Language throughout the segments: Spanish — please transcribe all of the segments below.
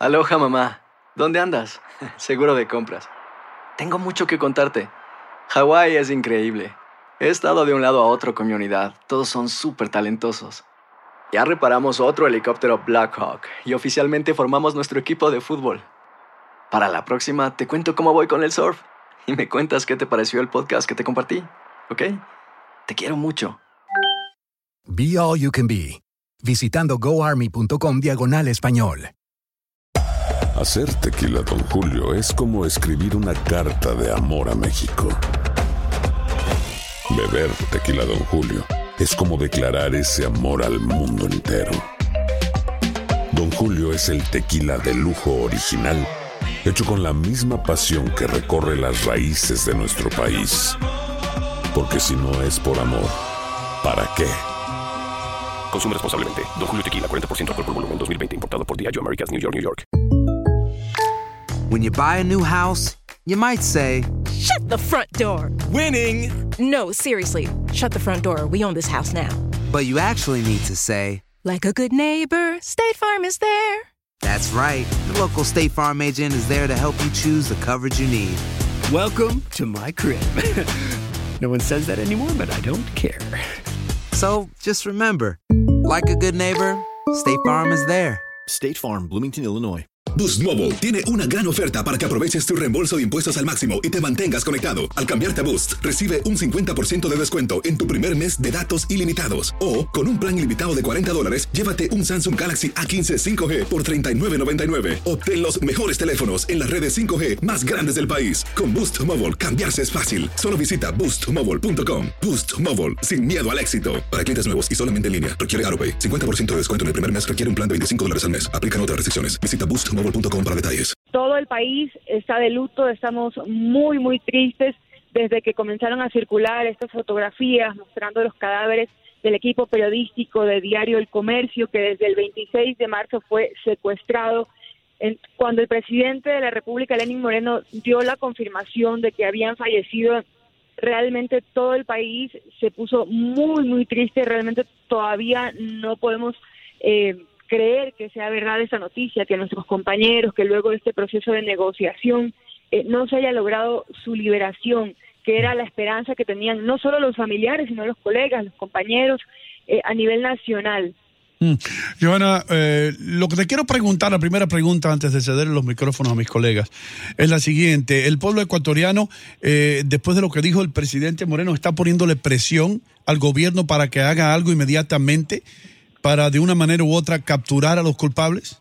Aloha, mamá. ¿Dónde andas? Seguro de compras. Tengo mucho que contarte. Hawái es increíble. He estado de un lado a otro con mi unidad. Todos son súper talentosos. Ya reparamos otro helicóptero Blackhawk y oficialmente formamos nuestro equipo de fútbol. Para la próxima te cuento cómo voy con el surf y me cuentas qué te pareció el podcast que te compartí, ¿ok? Te quiero mucho. Be All You Can Be, visitando goarmy.com/español. Hacer tequila Don Julio es como escribir una carta de amor a México. Beber tequila Don Julio es como declarar ese amor al mundo entero. Don Julio es el tequila de lujo original, hecho con la misma pasión que recorre las raíces de nuestro país. Porque si no es por amor, ¿para qué? Consume responsablemente. Don Julio Tequila, 40% alcohol por volumen, 2020. Importado por Diageo Americas, New York, New York. When you buy a new house, you might say, "Shut the front door." Winning! No, seriously. Shut the front door. We own this house now. but you actually need to say, Like a good neighbor, State Farm is there. that's right. The local State Farm agent is there to help you choose the coverage you need. Welcome to my crib. No one says that anymore, but I don't care. So just remember, like a good neighbor, State Farm is there. State Farm, Bloomington, Illinois. Boost Mobile tiene una gran oferta para que aproveches tu reembolso de impuestos al máximo y te mantengas conectado. Al cambiarte a Boost, recibe un 50% de descuento en tu primer mes de datos ilimitados. O, con un plan ilimitado de $40, llévate un Samsung Galaxy A15 5G por $39.99. Obtén los mejores teléfonos en las redes 5G más grandes del país. Con Boost Mobile, cambiarse es fácil. Solo visita boostmobile.com. Boost Mobile, sin miedo al éxito. Para clientes nuevos y solamente en línea, requiere AutoPay. 50% de descuento en el primer mes requiere un plan de $25 al mes. Aplican otras restricciones. Visita boostmobile.com para detalles. Todo el país está de luto, estamos muy, muy tristes desde que comenzaron a circular estas fotografías mostrando los cadáveres del equipo periodístico de Diario El Comercio, que desde el 26 de marzo fue secuestrado. Cuando el presidente de la República, Lenín Moreno, dio la confirmación de que habían fallecido, realmente todo el país se puso muy, muy triste. Realmente todavía no podemos creer que sea verdad esa noticia, que nuestros compañeros, que luego de este proceso de negociación no se haya logrado su liberación, que era la esperanza que tenían no solo los familiares, sino los colegas, los compañeros a nivel nacional. Johanna, lo que te quiero preguntar, la primera pregunta antes de ceder los micrófonos a mis colegas, es la siguiente. El pueblo ecuatoriano, después de lo que dijo el presidente Moreno, está poniéndole presión al gobierno para que haga algo inmediatamente para de una manera u otra capturar a los culpables.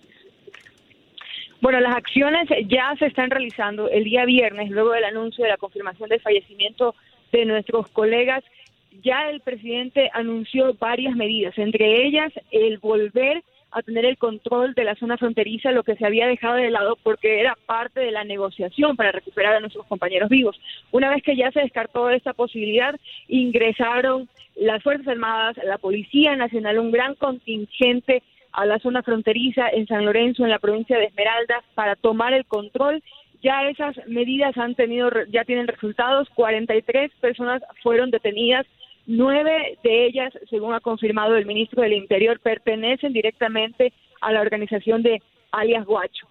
Bueno, las acciones ya se están realizando. El día viernes, luego del anuncio de la confirmación del fallecimiento de nuestros colegas, ya el presidente anunció varias medidas, entre ellas el volver a tener el control de la zona fronteriza, lo que se había dejado de lado porque era parte de la negociación para recuperar a nuestros compañeros vivos. Una vez que ya se descartó esta posibilidad, ingresaron las Fuerzas Armadas, la Policía Nacional, un gran contingente a la zona fronteriza en San Lorenzo, en la provincia de Esmeraldas, para tomar el control. Ya esas medidas ya tienen resultados. 43 personas fueron detenidas. 9 de ellas, según ha confirmado el ministro del Interior, pertenecen directamente a la organización de alias Guacho.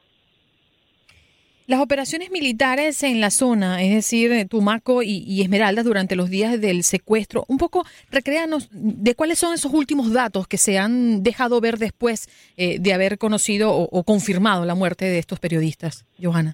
Las operaciones militares en la zona, es decir, Tumaco y Esmeraldas, durante los días del secuestro, un poco recréanos de cuáles son esos últimos datos que se han dejado ver después de haber conocido o confirmado la muerte de estos periodistas, Johanna.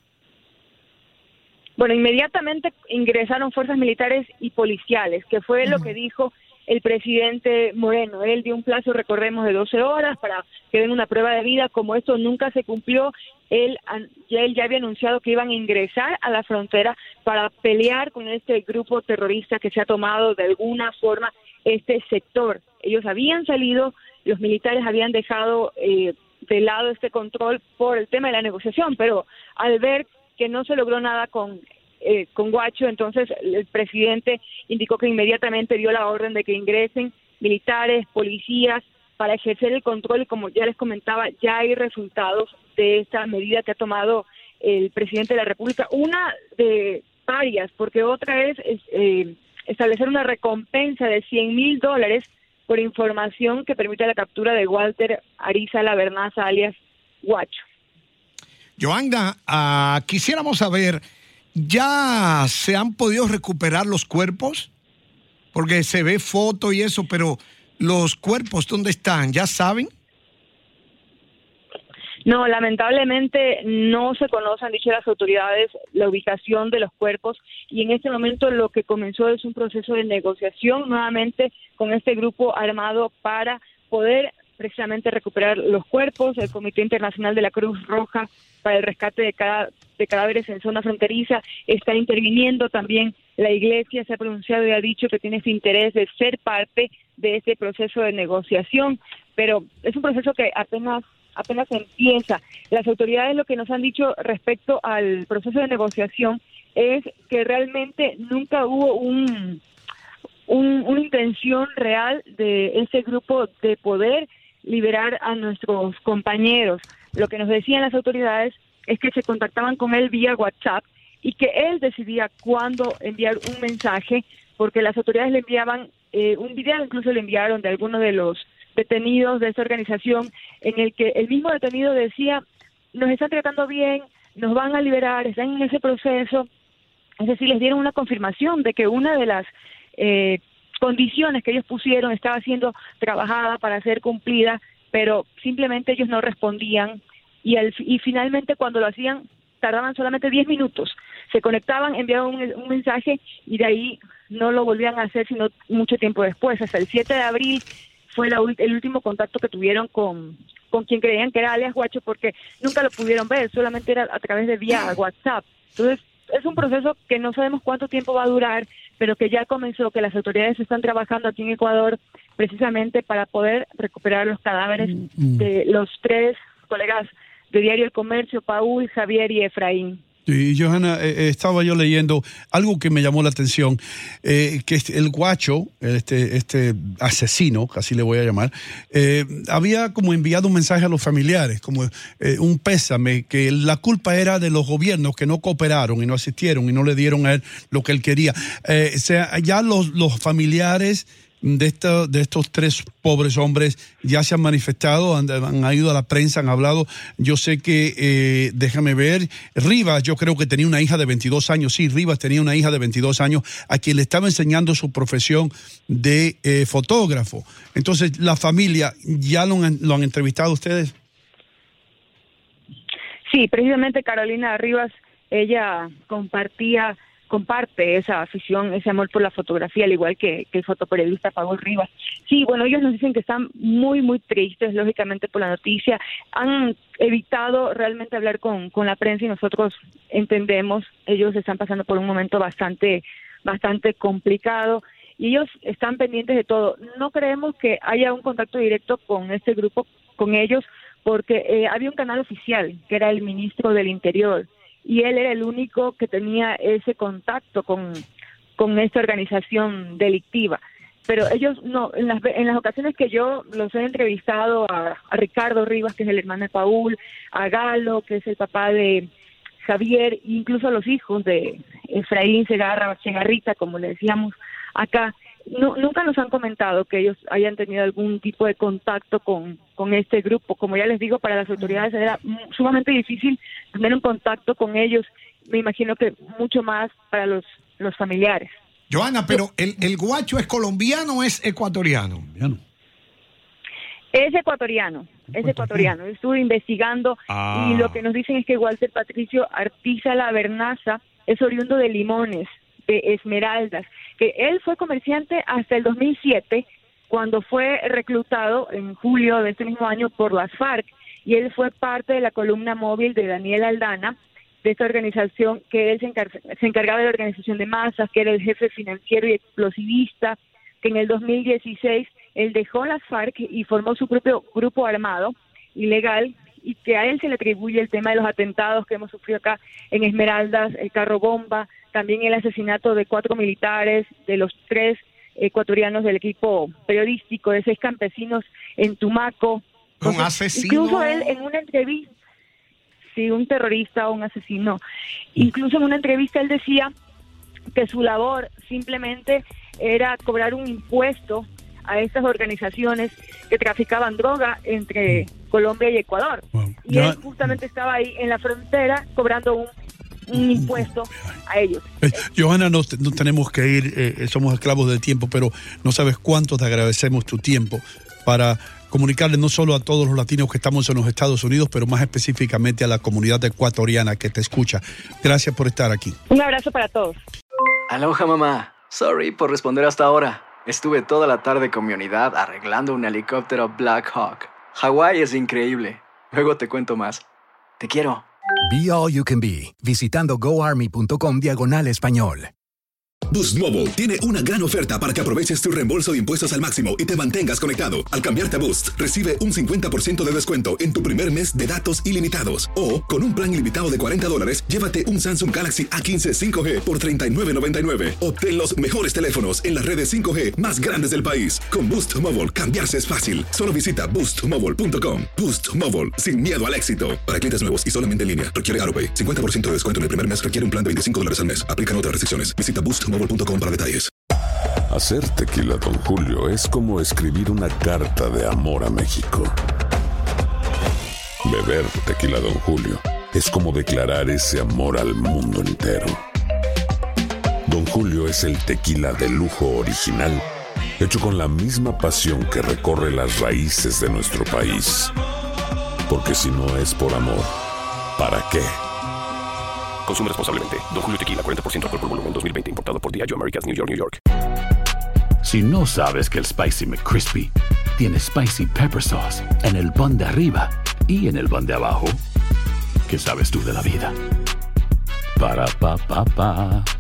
Bueno, inmediatamente ingresaron fuerzas militares y policiales, que fue lo que dijo el presidente Moreno. Él dio un plazo, recordemos, de 12 horas para que den una prueba de vida. Como esto nunca se cumplió, él ya había anunciado que iban a ingresar a la frontera para pelear con este grupo terrorista que se ha tomado de alguna forma este sector. Ellos habían salido, los militares habían dejado de lado este control por el tema de la negociación, pero al ver que no se logró nada con Guacho, entonces el presidente indicó que inmediatamente dio la orden de que ingresen militares, policías, para ejercer el control, y como ya les comentaba, ya hay resultados de esta medida que ha tomado el presidente de la República, una de varias, porque otra es establecer una recompensa de $100,000 por información que permita la captura de Walter Ariza Lavernaza, alias Guacho. Joanna, quisiéramos saber, ¿ya se han podido recuperar los cuerpos? Porque se ve foto y eso, pero los cuerpos, ¿dónde están? ¿Ya saben? No, lamentablemente no se conoce, han dicho las autoridades, la ubicación de los cuerpos, y en este momento lo que comenzó es un proceso de negociación nuevamente con este grupo armado para poder precisamente recuperar los cuerpos. El Comité Internacional de la Cruz Roja para el rescate de cadáveres en zona fronteriza está interviniendo. También la Iglesia se ha pronunciado y ha dicho que tiene ese interés de ser parte de este proceso de negociación, pero es un proceso que apenas empieza. Las autoridades lo que nos han dicho respecto al proceso de negociación es que realmente nunca hubo una intención real de ese grupo de poder liberar a nuestros compañeros. Lo que nos decían las autoridades es que se contactaban con él vía WhatsApp y que él decidía cuándo enviar un mensaje, porque las autoridades le enviaban un video, incluso le enviaron de algunos de los detenidos de esta organización, en el que el mismo detenido decía: nos están tratando bien, nos van a liberar, están en ese proceso. Es decir, les dieron una confirmación de que una de las condiciones que ellos pusieron estaba siendo trabajada para ser cumplida, pero simplemente ellos no respondían, y finalmente cuando lo hacían tardaban solamente 10 minutos, se conectaban, enviaban un mensaje y de ahí no lo volvían a hacer sino mucho tiempo después. Hasta el 7 de abril fue el último contacto que tuvieron con quien creían que era alias Guacho, porque nunca lo pudieron ver, solamente era a través de vía WhatsApp. Entonces es un proceso que no sabemos cuánto tiempo va a durar, pero que ya comenzó, que las autoridades están trabajando aquí en Ecuador precisamente para poder recuperar los cadáveres de los 3 colegas de Diario El Comercio, Paul, Javier y Efraín. Y Johanna, estaba yo leyendo algo que me llamó la atención, que el Guacho, este asesino, casi le voy a llamar, había como enviado un mensaje a los familiares, como un pésame, que la culpa era de los gobiernos que no cooperaron y no asistieron y no le dieron a él lo que él quería. O sea, ya los familiares de estos 3 pobres hombres ya se han manifestado, han ido a la prensa, han hablado. Yo sé que, déjame ver, Rivas, yo creo que tenía una hija de 22 años, sí, Rivas tenía una hija de 22 años a quien le estaba enseñando su profesión de fotógrafo. Entonces, la familia, ¿ya lo han entrevistado ustedes? Sí, precisamente Carolina Rivas, ella comparte esa afición, ese amor por la fotografía, al igual que el fotoperiodista Paul Rivas. Sí, bueno, ellos nos dicen que están muy, muy tristes, lógicamente, por la noticia. Han evitado realmente hablar con la prensa y nosotros entendemos, ellos están pasando por un momento bastante complicado y ellos están pendientes de todo. No creemos que haya un contacto directo con este grupo, con ellos, porque había un canal oficial, que era el ministro del Interior, y él era el único que tenía ese contacto con esta organización delictiva. Pero ellos no, en las ocasiones que yo los he entrevistado a Ricardo Rivas, que es el hermano de Paul, a Galo, que es el papá de Javier, incluso a los hijos de Efraín Segarrita, como le decíamos acá, nunca nos han comentado que ellos hayan tenido algún tipo de contacto con este grupo. Como ya les digo, para las autoridades era sumamente difícil tener un contacto con ellos. Me imagino que mucho más para los familiares. Johanna, pero ¿el Guacho es colombiano o es ecuatoriano? Es ecuatoriano. Estuve investigando y lo que nos dicen es que Walter Patricio Artízala Bernaza es oriundo de Limones, de Esmeraldas, que él fue comerciante hasta el 2007, cuando fue reclutado en julio de este mismo año por las FARC, y él fue parte de la columna móvil de Daniel Aldana, de esta organización, que él se encargaba de la organización de masas, que era el jefe financiero y explosivista, que en el 2016 él dejó las FARC y formó su propio grupo armado ilegal, y que a él se le atribuye el tema de los atentados que hemos sufrido acá en Esmeraldas, el carro bomba, también el asesinato de 4 militares, de los 3 ecuatorianos del equipo periodístico, de 6 campesinos en Tumaco. Un asesino. Incluso él en una entrevista, sí, un terrorista o un asesino, incluso en una entrevista él decía que su labor simplemente era cobrar un impuesto a estas organizaciones que traficaban droga entre Colombia y Ecuador. Y él justamente estaba ahí en la frontera cobrando un impuesto a ellos. Johanna, no tenemos que ir, somos esclavos del tiempo, pero no sabes cuánto te agradecemos tu tiempo para comunicarle no solo a todos los latinos que estamos en los Estados Unidos, pero más específicamente a la comunidad ecuatoriana que te escucha. Gracias por estar aquí. Un abrazo para todos. Aloha, mamá. Sorry por responder hasta ahora. Estuve toda la tarde con mi unidad arreglando un helicóptero Black Hawk. Hawái es increíble. Luego te cuento más. Te quiero. Be All You Can Be, visitando goarmy.com/español. Boost Mobile tiene una gran oferta para que aproveches tu reembolso de impuestos al máximo y te mantengas conectado. Al cambiarte a Boost, recibe un 50% de descuento en tu primer mes de datos ilimitados. O, con un plan ilimitado de $40, llévate un Samsung Galaxy A15 5G por $39.99. Obtén los mejores teléfonos en las redes 5G más grandes del país. Con Boost Mobile, cambiarse es fácil. Solo visita boostmobile.com. Boost Mobile, sin miedo al éxito. Para clientes nuevos y solamente en línea, requiere AutoPay. 50% de descuento en el primer mes requiere un plan de $25 al mes. Aplican otras restricciones. Visita boostmobile.com para detalles. Hacer tequila Don Julio es como escribir una carta de amor a México. Beber tequila Don Julio es como declarar ese amor al mundo entero. Don Julio es el tequila de lujo original, hecho con la misma pasión que recorre las raíces de nuestro país. Porque si no es por amor, ¿para qué? Consume responsablemente. Don Julio Tequila, 40% alcohol por volumen, 2020. Importado por Diageo Americas, New York, New York. Si no sabes que el Spicy McCrispy tiene Spicy Pepper Sauce en el pan de arriba y en el pan de abajo, ¿qué sabes tú de la vida? Para, pa, pa, pa.